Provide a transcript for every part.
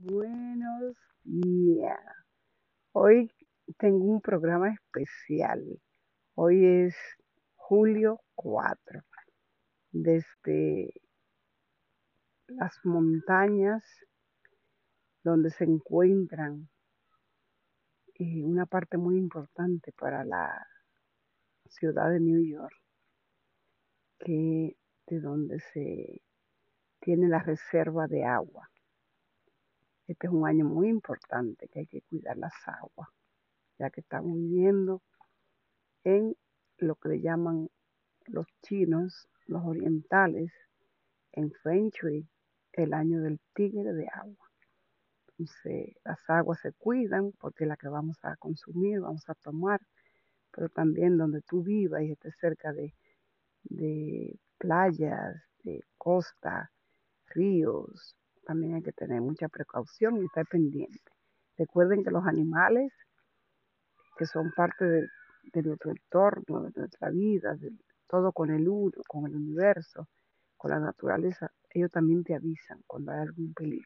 Buenos días. Hoy tengo un programa especial. Hoy es julio 4. Desde las montañas donde se encuentran una parte muy importante para la ciudad de New York, que de donde se tiene la reserva de agua. Este es un año muy importante que hay que cuidar las aguas, ya que estamos viviendo en lo que le llaman los chinos, los orientales, en Feng Shui, el año del tigre de agua. Entonces, las aguas se cuidan porque es la que vamos a consumir, vamos a tomar, pero también donde tú vivas y estés cerca de playas, de costa, ríos, también hay que tener mucha precaución y estar pendiente. Recuerden que los animales, que son parte de nuestro entorno, de nuestra vida, de todo con el uno, con el universo, con la naturaleza, ellos también te avisan cuando hay algún peligro.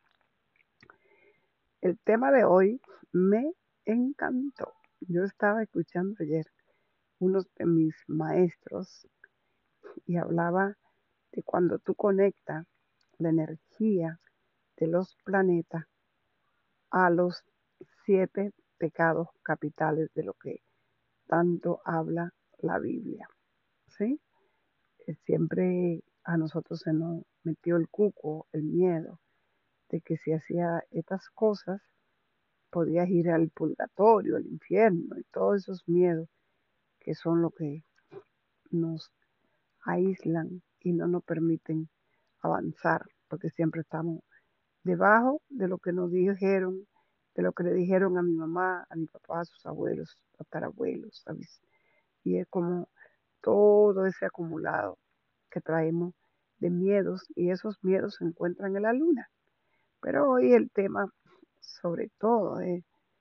El tema de hoy me encantó. Yo estaba escuchando ayer uno de mis maestros y hablaba de cuando tú conectas la energía de los planetas a los 7 pecados capitales de lo que tanto habla la Biblia, ¿sí? Siempre a nosotros se nos metió el cuco, el miedo de que si hacía estas cosas podías ir al purgatorio, al infierno y todos esos miedos que son lo que nos aíslan y no nos permiten avanzar, porque siempre estamos debajo de lo que nos dijeron, de lo que le dijeron a mi mamá, a mi papá, a sus abuelos, tatarabuelos, ¿sabes? Y es como todo ese acumulado que traemos de miedos y esos miedos se encuentran en la luna. Pero hoy el tema sobre todo es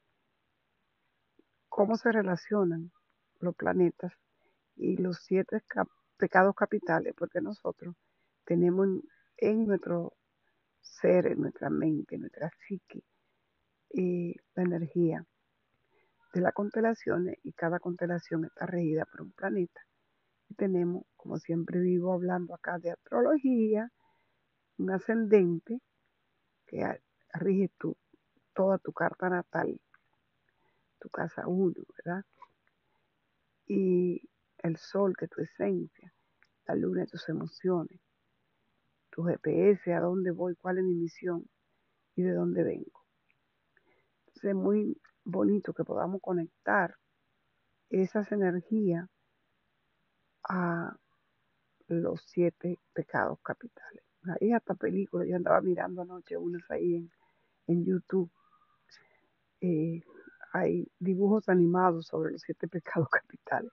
cómo se relacionan los planetas y los 7 pecados capitales, porque nosotros tenemos en nuestro ser, en nuestra mente, en nuestra psique, la energía de las constelaciones y cada constelación está regida por un planeta. Y tenemos, como siempre vivo hablando acá de astrología, un ascendente que rige toda tu carta natal, tu casa uno, ¿verdad? Y el sol, que es tu esencia, la luna, tus emociones, tu GPS, a dónde voy, cuál es mi misión y de dónde vengo. Entonces es muy bonito que podamos conectar esas energías a los 7 pecados capitales. Hay hasta películas, yo andaba mirando anoche unas ahí en YouTube. eh, Hay dibujos animados sobre los 7 pecados capitales.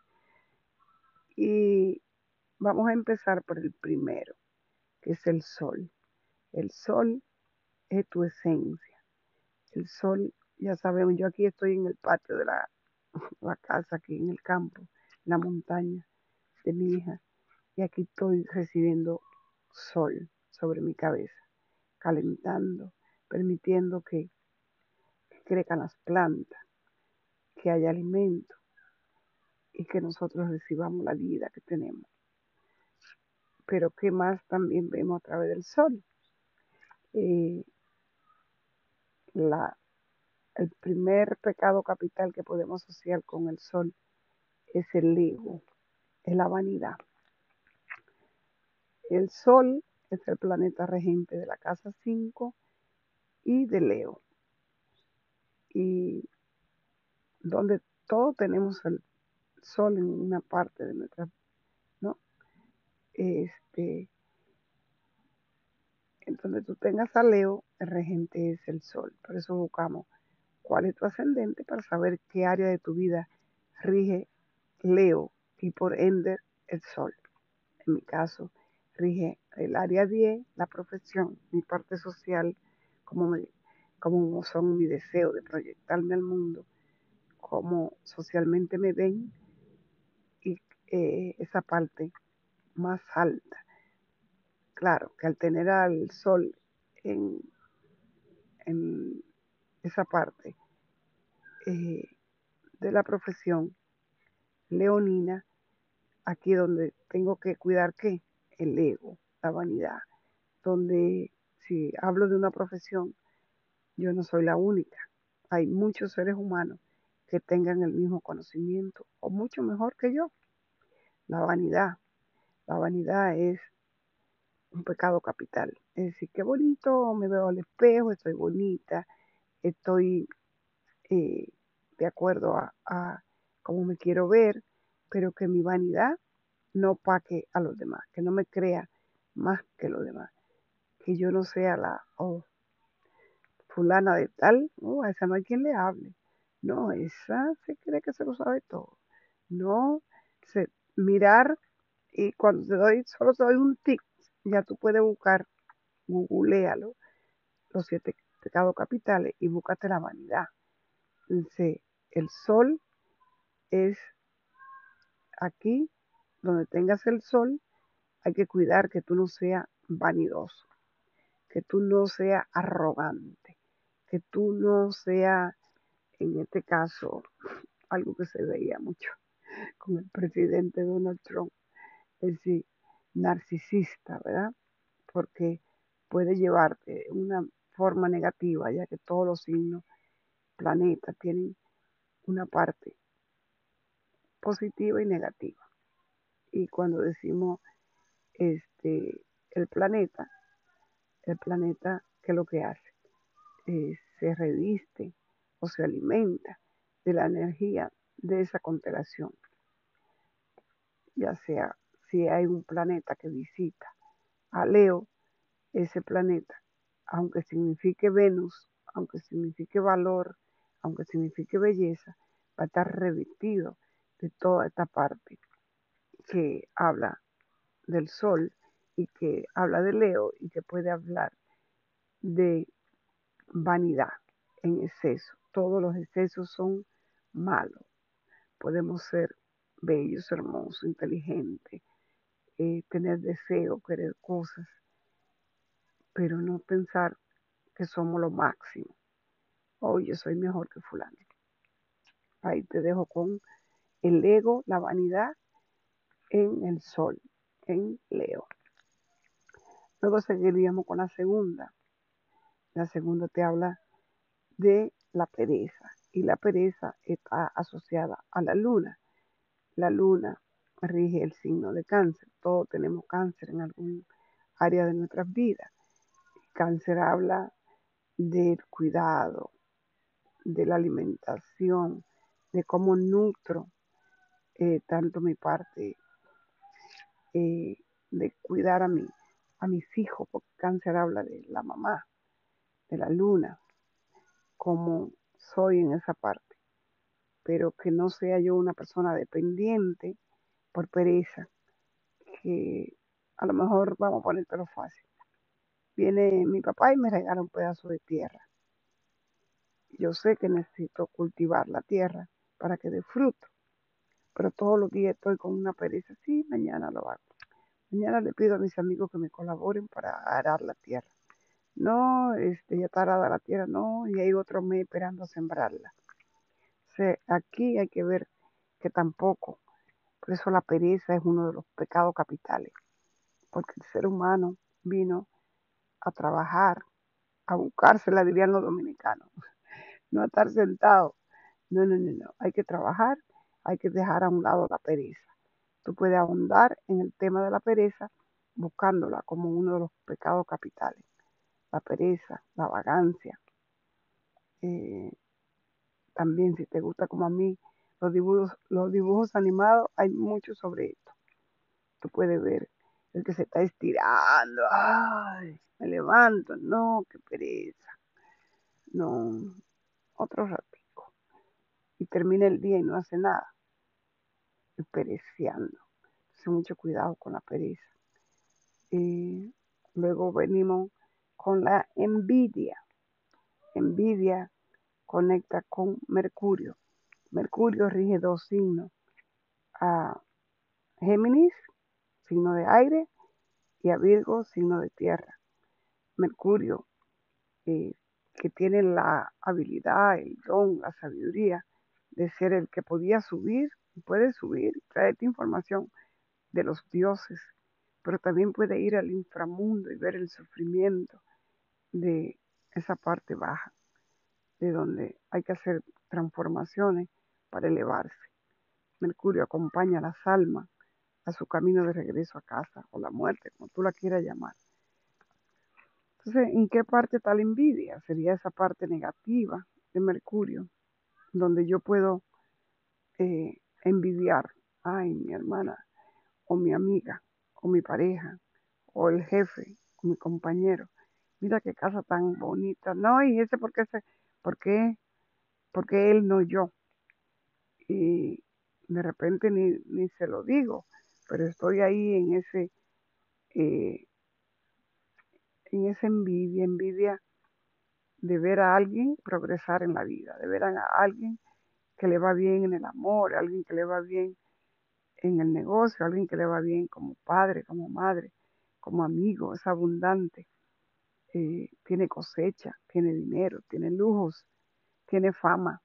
Y vamos a empezar por el primero, que es el sol. El sol es tu esencia. El sol, ya sabemos, yo aquí estoy en el patio de la casa, aquí en el campo, en la montaña de mi hija, y aquí estoy recibiendo sol sobre mi cabeza, calentando, permitiendo que crezcan las plantas, que haya alimento y que nosotros recibamos la vida que tenemos. Pero ¿qué más también vemos a través del sol? Eh, la, el primer pecado capital que podemos asociar con el sol es el ego, es la vanidad. El sol es el planeta regente de la casa 5 y de Leo. Y donde todos tenemos el sol en una parte de nuestra, ¿no? Este, en donde tú tengas a Leo, el regente es el sol. Por eso buscamos cuál es tu ascendente para saber qué área de tu vida rige Leo y por ende el sol. En mi caso, rige el área 10, la profesión, mi parte social, como son mis deseos de proyectarme al mundo, cómo socialmente me ven y esa parte más alta. Claro, que al tener al sol en esa parte eh, de la profesión leonina, aquí donde tengo que cuidar qué, el ego, la vanidad, donde si hablo de una profesión, yo no soy la única. Hay muchos seres humanos que tengan el mismo conocimiento o mucho mejor que yo. La vanidad. La vanidad es un pecado capital. Es decir, qué bonito, me veo al espejo, estoy bonita, estoy eh, de acuerdo a cómo me quiero ver, pero que mi vanidad no opaque a los demás, que no me crea más que los demás, que yo no sea la fulana de tal, a esa no hay quien le hable, no, esa se cree que se lo sabe todo, no, mirar y cuando solo te doy un tip, ya tú puedes buscar, googlealo, los 7 pecados capitales y búscate la vanidad. Dice, el sol es aquí, donde tengas el sol, hay que cuidar que tú no seas vanidoso, que tú no seas arrogante, que tú no seas, en este caso, algo que se veía mucho con el presidente Donald Trump, es decir, narcisista, ¿verdad? Porque puede llevarte una forma negativa, ya que todos los signos, planetas, tienen una parte positiva y negativa. Y cuando decimos el planeta, ¿qué es lo que hace? Se reviste o se alimenta de la energía de esa constelación, ya sea si hay un planeta que visita a Leo, ese planeta, aunque signifique Venus, aunque signifique valor, aunque signifique belleza, va a estar revestido de toda esta parte que habla del Sol y que habla de Leo y que puede hablar de vanidad en exceso. Todos los excesos son malos. Podemos ser bellos, hermosos, inteligentes, tener deseo, querer cosas, pero no pensar que somos lo máximo. Hoy yo soy mejor que fulano. Ahí te dejo con el ego, la vanidad en el sol, en Leo. Luego seguiríamos con la segunda. La segunda te habla de la pereza y la pereza está asociada a la luna. La luna rige el signo de cáncer. Todos tenemos cáncer en algún área de nuestras vidas. Cáncer habla del cuidado, de la alimentación, de cómo nutro tanto mi parte eh, de cuidar a mis hijos, porque cáncer habla de la mamá, de la luna, como soy en esa parte, pero que no sea yo una persona dependiente por pereza, que a lo mejor vamos a ponértelo fácil. Viene mi papá y me regala un pedazo de tierra. Yo sé que necesito cultivar la tierra para que dé fruto, pero todos los días estoy con una pereza. Sí, mañana lo hago. Mañana le pido a mis amigos que me colaboren para arar la tierra. No, ya está arada la tierra, no, y hay otro mes esperando a sembrarla. O sea, aquí hay que ver que tampoco, por eso la pereza es uno de los pecados capitales, porque el ser humano vino a trabajar, a buscársela, dirían los dominicanos, no a estar sentado. No, no, no, no, hay que trabajar, hay que dejar a un lado la pereza. Tú puedes ahondar en el tema de la pereza buscándola como uno de los pecados capitales. La pereza, la vagancia. Eh, también si te gusta como a mí los dibujos animados, hay mucho sobre esto. Tú puedes ver el que se está estirando, ay, me levanto, no, qué pereza, no, otro ratico. Y termina el día y no hace nada, y pereciando. Entonces mucho cuidado con la pereza. Y luego venimos con la envidia. Envidia conecta con Mercurio. Mercurio rige dos signos, a Géminis, signo de aire, y a Virgo, signo de tierra. Mercurio, que tiene la habilidad, el don, la sabiduría de ser el que podía subir, puede subir, traerte información de los dioses, pero también puede ir al inframundo y ver el sufrimiento de esa parte baja, de donde hay que hacer transformaciones para elevarse. Mercurio acompaña a las almas a su camino de regreso a casa, o la muerte, como tú la quieras llamar. Entonces, ¿en qué parte está la envidia? Sería esa parte negativa de Mercurio, donde yo puedo envidiar, ay, mi hermana, o mi amiga, o mi pareja, o el jefe, o mi compañero. Mira qué casa tan bonita. No, y ese por qué, porque él no yo. Y de repente ni se lo digo, pero estoy ahí eh, en esa envidia de ver a alguien progresar en la vida, de ver a alguien que le va bien en el amor, a alguien que le va bien en el negocio, a alguien que le va bien como padre, como madre, como amigo, es abundante, tiene cosecha, tiene dinero, tiene lujos, tiene fama.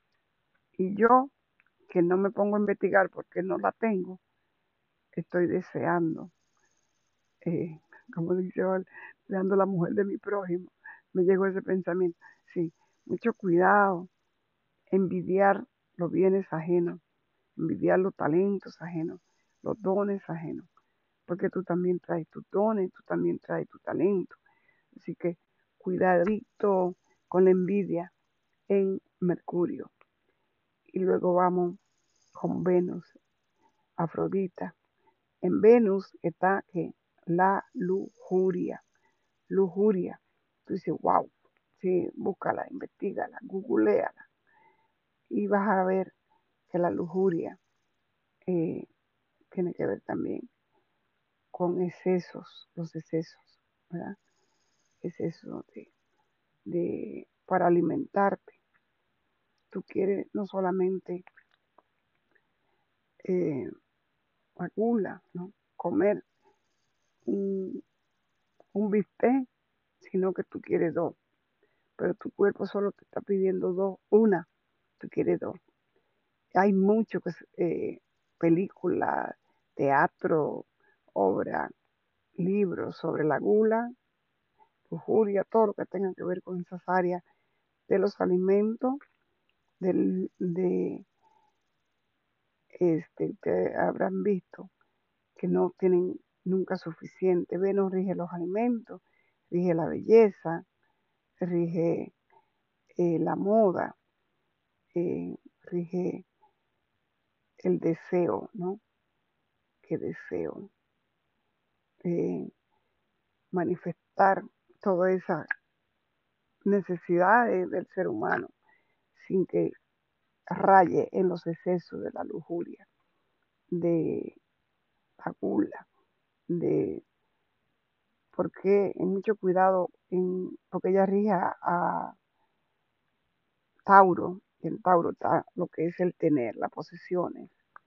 Y yo, que no me pongo a investigar porque no la tengo, estoy deseando, eh, como dice, deseando la mujer de mi prójimo. Me llegó ese pensamiento. Sí, mucho cuidado, envidiar los bienes ajenos, envidiar los talentos ajenos, los dones ajenos, porque tú también traes tus dones, tú también traes tu talento. Así que cuidadito con la envidia en Mercurio. Y luego vamos con Venus, Afrodita. En Venus está que la lujuria, lujuria. Tú dices, wow, sí, búscala, investigala, googleala y vas a ver que la lujuria eh, tiene que ver también con excesos, los excesos, ¿verdad? Excesos para alimentarte. Tú quieres no solamente eh, la gula, ¿no? Comer un, un bistec, sino que tú quieres dos, pero tu cuerpo solo te está pidiendo dos, una, tú quieres dos. Hay mucho que películas, teatro, obra, libros sobre la gula, lujuria, todo lo que tenga que ver con esas áreas de los alimentos, de que habrán visto que no tienen nunca suficiente. Venus rige los alimentos, rige la belleza, rige la moda, rige el deseo, ¿no? Que deseo eh, manifestar toda esa necesidad del ser humano sin que raye en los excesos de la lujuria, de la gula, de porque mucho cuidado porque ella rige a Tauro, y en Tauro está lo que es el tener, las posesiones,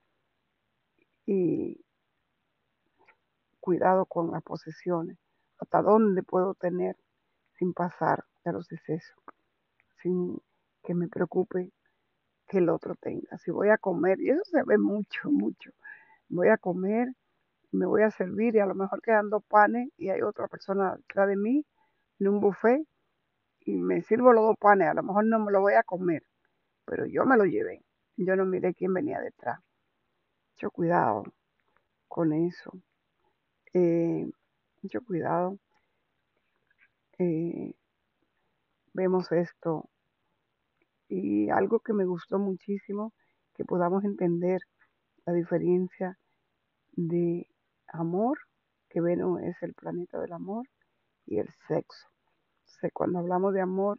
y cuidado con las posesiones, hasta dónde puedo tener sin pasar de los excesos, sin que me preocupe que el otro tenga. Si voy a comer, y eso se ve mucho, mucho, voy a comer, me voy a servir y a lo mejor quedan dos panes y hay otra persona detrás de mí en un buffet y me sirvo los dos panes, a lo mejor no me lo voy a comer, pero yo me lo llevé, yo no miré quién venía detrás. Mucho cuidado con eso, mucho cuidado. eh, Vemos esto y algo que me gustó muchísimo, que podamos entender la diferencia de amor, que Venus es el planeta del amor, y el sexo. O sea, cuando hablamos de amor,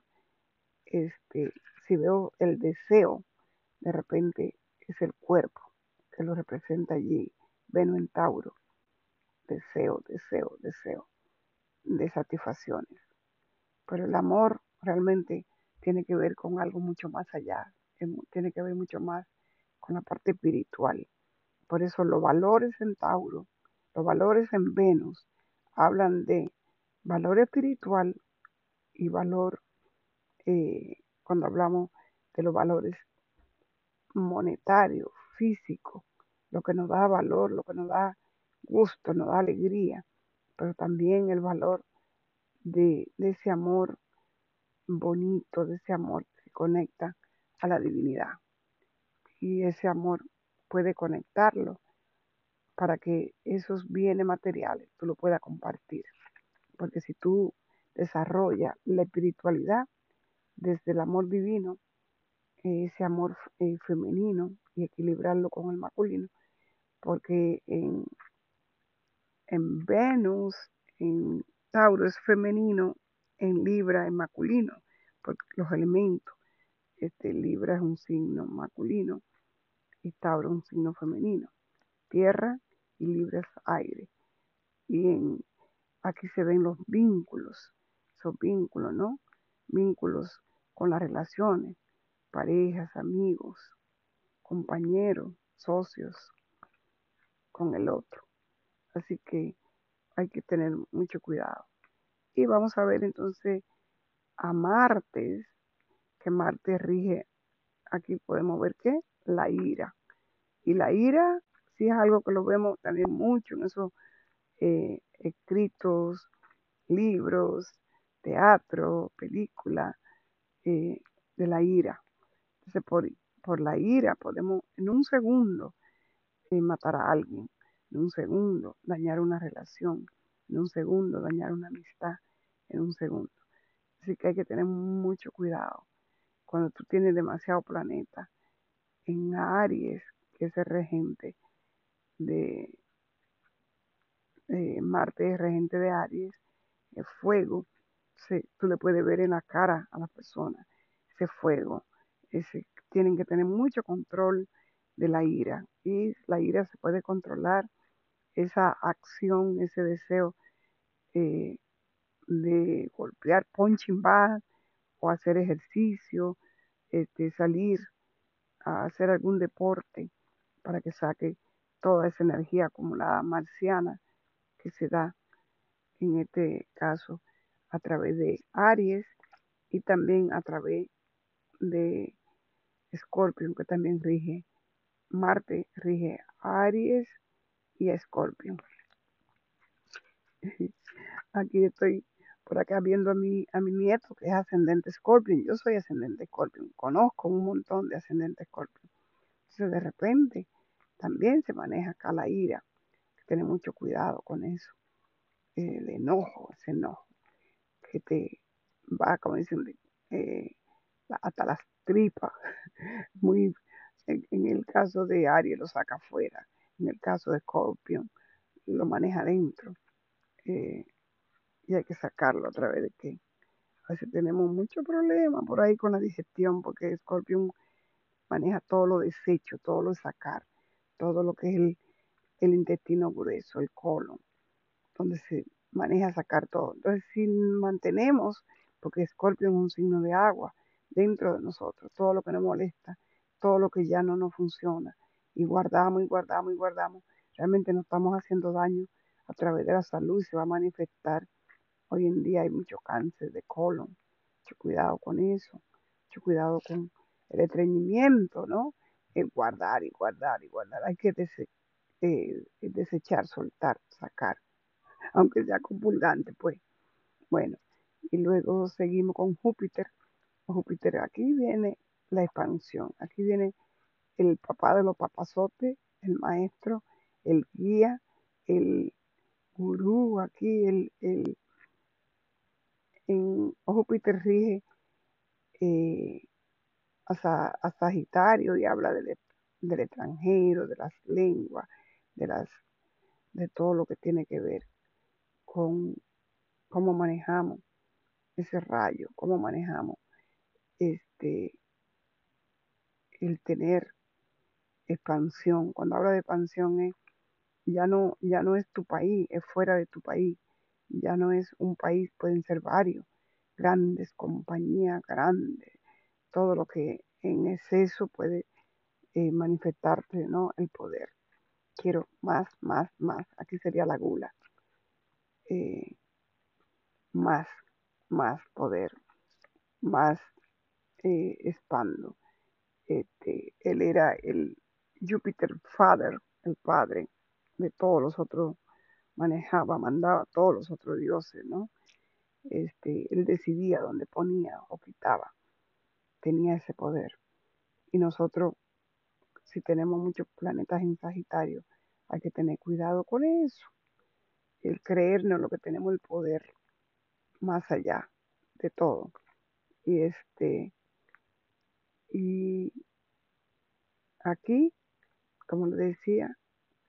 si veo el deseo, de repente es el cuerpo que lo representa allí, Venus en Tauro, deseo, deseo, deseo, de satisfacciones. Pero el amor realmente tiene que ver con algo mucho más allá, tiene que ver mucho más con la parte espiritual. Por eso los valores en Tauro, los valores en Venus, hablan de valor espiritual y valor cuando hablamos de los valores monetarios, físicos, lo que nos da valor, lo que nos da gusto, nos da alegría, pero también el valor de ese amor bonito, de ese amor que conecta a la divinidad. Y ese amor puede conectarlo para que esos bienes materiales tú lo puedas compartir. Porque si tú desarrollas la espiritualidad desde el amor divino, ese amor femenino y equilibrarlo con el masculino, porque en Venus, en Tauro es femenino, en Libra es masculino, porque los elementos, Libra es un signo masculino y Tauro es un signo femenino, tierra y Libra es aire. Y aquí se ven los vínculos, esos vínculos, ¿no? Vínculos con las relaciones, parejas, amigos, compañeros, socios con el otro. Así que hay que tener mucho cuidado. Y vamos a ver entonces a Marte, que Marte rige, aquí podemos ver que la ira. Y la ira sí es algo que lo vemos también mucho en esos escritos, libros, teatro, películas de la ira. Entonces por la ira podemos en un segundo matar a alguien, en un segundo dañar una relación, en un segundo dañar una amistad, en un segundo. Así que hay que tener mucho cuidado cuando tú tienes demasiado planeta en Aries, que es el regente de Marte, es regente de Aries, el fuego, tú le puedes ver en la cara a las personas, ese fuego, tienen que tener mucho control de la ira y la ira se puede controlar, esa acción, ese deseo eh, de golpear punching bag o hacer ejercicio, salir a hacer algún deporte para que saque toda esa energía acumulada marciana que se da en este caso a través de Aries y también a través de Escorpio, que también rige, Marte rige a Aries y a Escorpio. Aquí estoy por acá viendo a mi nieto que es ascendente Scorpion. Yo soy ascendente Scorpion. Conozco un montón de ascendentes Scorpion. Entonces de repente también se maneja acá la ira. Hay que tener mucho cuidado con eso. El enojo, ese enojo que te va, como dicen, eh, hasta las tripas. Muy, en el caso de Aries lo saca afuera. En el caso de Scorpion lo maneja adentro. Y hay que sacarlo a través de que a veces tenemos mucho problema por ahí con la digestión porque Scorpion maneja todo lo desecho, todo lo de sacar, todo lo que es el intestino grueso, el colon, donde se maneja sacar todo. Entonces, si mantenemos, porque Scorpion es un signo de agua dentro de nosotros, todo lo que nos molesta, todo lo que ya no nos funciona, y guardamos y guardamos y guardamos, realmente nos estamos haciendo daño a través de la salud y se va a manifestar. Hoy en día hay mucho cáncer de colon, mucho cuidado con eso, mucho cuidado con el estreñimiento, ¿no? El guardar y guardar y guardar. Hay que desechar, soltar, sacar, aunque sea compulgante, pues. Bueno, y luego seguimos con Júpiter. Júpiter, aquí viene la expansión, aquí viene el papá de los papazotes, el maestro, el guía, el gurú, aquí en Júpiter rige eh, a Sagitario y habla del extranjero, de las lenguas, de, las, de todo lo que tiene que ver con cómo manejamos ese rayo, cómo manejamos este, el tener expansión. Cuando habla de expansión es ya no es tu país, es fuera de tu país. Ya no es un país, pueden ser varios, grandes compañías, grandes, todo lo que en exceso puede manifestarte, ¿no? El poder. Quiero más, más, más. Aquí sería la gula. Eh, más, más poder, más expando. Él era el Jupiter Father, el padre de todos los otros, manejaba, mandaba a todos los otros dioses, ¿no? Él decidía dónde ponía o quitaba, tenía ese poder. Y nosotros, si tenemos muchos planetas en Sagitario, hay que tener cuidado con eso, el creernos lo que tenemos el poder más allá de todo. Y y aquí, como le decía,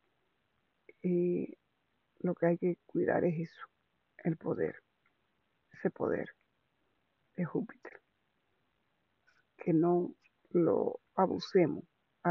eh, lo que hay que cuidar es eso, el poder, ese poder de Júpiter, que no lo abusemos a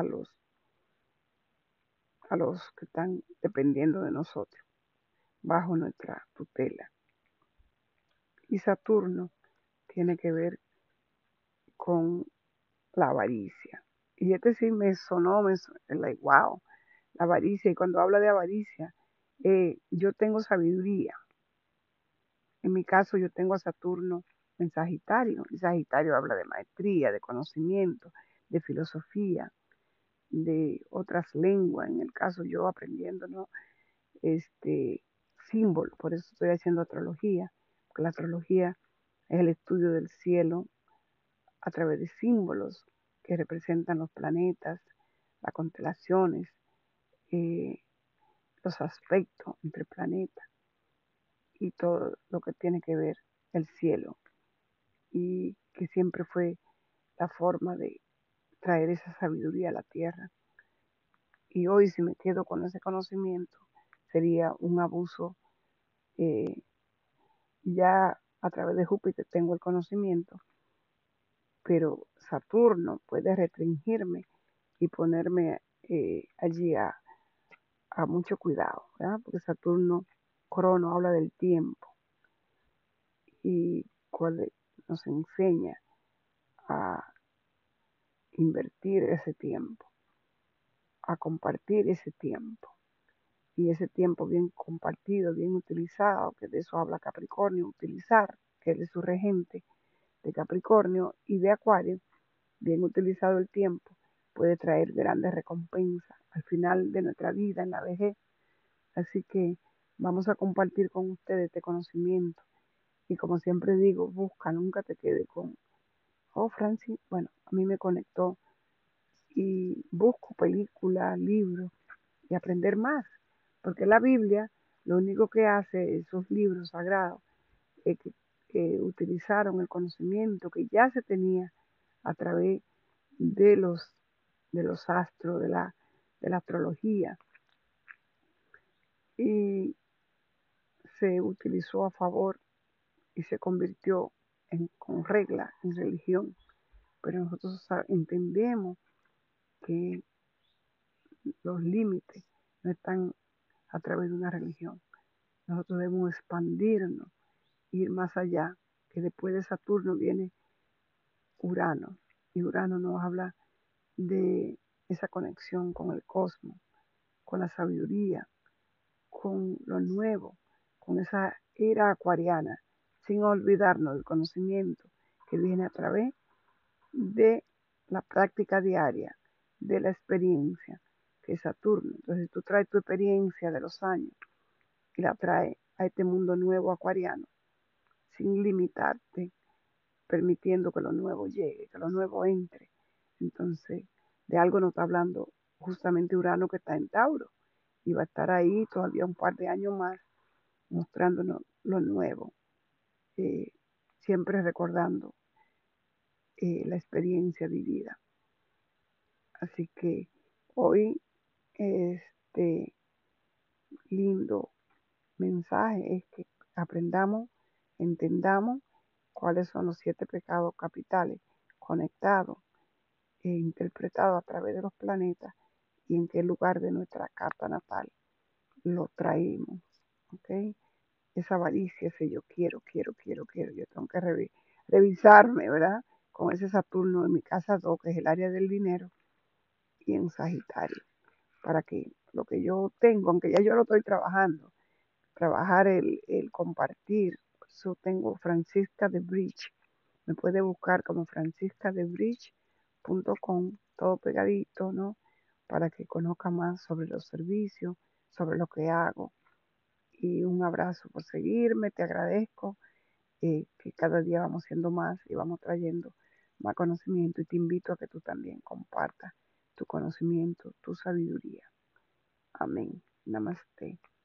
los que están dependiendo de nosotros, bajo nuestra tutela. Y Saturno tiene que ver con la avaricia. Y sí me sonó, like, wow, la avaricia. Y cuando habla de avaricia, yo tengo sabiduría. En mi caso, yo tengo a Saturno en Sagitario. Y Sagitario habla de maestría, de conocimiento, de filosofía, de otras lenguas. En el caso, yo aprendiendo, ¿no? Símbolo. Por eso estoy haciendo astrología. Porque la astrología es el estudio del cielo a través de símbolos que representan los planetas, las constelaciones, eh, los aspectos entre planetas y todo lo que tiene que ver el cielo, y que siempre fue la forma de traer esa sabiduría a la tierra. Y hoy, si me quedo con ese conocimiento, sería un abuso. eh, ya a través de Júpiter tengo el conocimiento, pero Saturno puede restringirme y ponerme allí a mucho cuidado, ¿verdad? Porque Saturno, Crono, habla del tiempo y cuál nos enseña a invertir ese tiempo, a compartir ese tiempo. Y ese tiempo bien compartido, bien utilizado, que de eso habla Capricornio, utilizar, que él es su regente de Capricornio y de Acuario, bien utilizado el tiempo, puede traer grandes recompensas al final de nuestra vida, en la vejez. Así que vamos a compartir con ustedes este conocimiento. Y como siempre digo, busca, nunca te quedes con, oh Francis, bueno, a mí me conectó y busco películas, libros y aprender más. Porque la Biblia lo único que hace, esos libros sagrados, es que utilizaron el conocimiento que ya se tenía a través de los astros, de la astrología, y se utilizó a favor y se convirtió con regla en religión. Pero nosotros entendemos que los límites no están a través de una religión. Nosotros debemos expandirnos, ir más allá, que después de Saturno viene Urano, y Urano nos habla de esa conexión con el cosmos, con la sabiduría, con lo nuevo, con esa era acuariana, sin olvidarnos del conocimiento que viene a través de la práctica diaria, de la experiencia, que es Saturno. Entonces tú traes tu experiencia de los años y la traes a este mundo nuevo acuariano, sin limitarte, permitiendo que lo nuevo llegue, que lo nuevo entre. Entonces, de algo nos está hablando justamente Urano, que está en Tauro, y va a estar ahí todavía un par de años más mostrándonos lo nuevo, eh, siempre recordando la experiencia vivida. Así que hoy este lindo mensaje es que aprendamos, entendamos cuáles son los 7 pecados capitales conectados e interpretados a través de los planetas y en qué lugar de nuestra carta natal lo traemos. ¿Ok? Esa avaricia, ese yo quiero, yo tengo que revisarme, ¿verdad? Con ese Saturno en mi casa 2, que es el área del dinero, y en Sagitario, para que lo que yo tengo, aunque ya yo lo estoy trabajando, trabajar el compartir. Por eso tengo Francisca de Bridge, Me puede buscar como franciscadebridge.com, todo pegadito, ¿no? Para que conozca más sobre los servicios, sobre lo que hago. Y un abrazo por seguirme, te agradezco, que cada día vamos siendo más y vamos trayendo más conocimiento y te invito a que tú también compartas tu conocimiento, tu sabiduría. Amén. Namaste.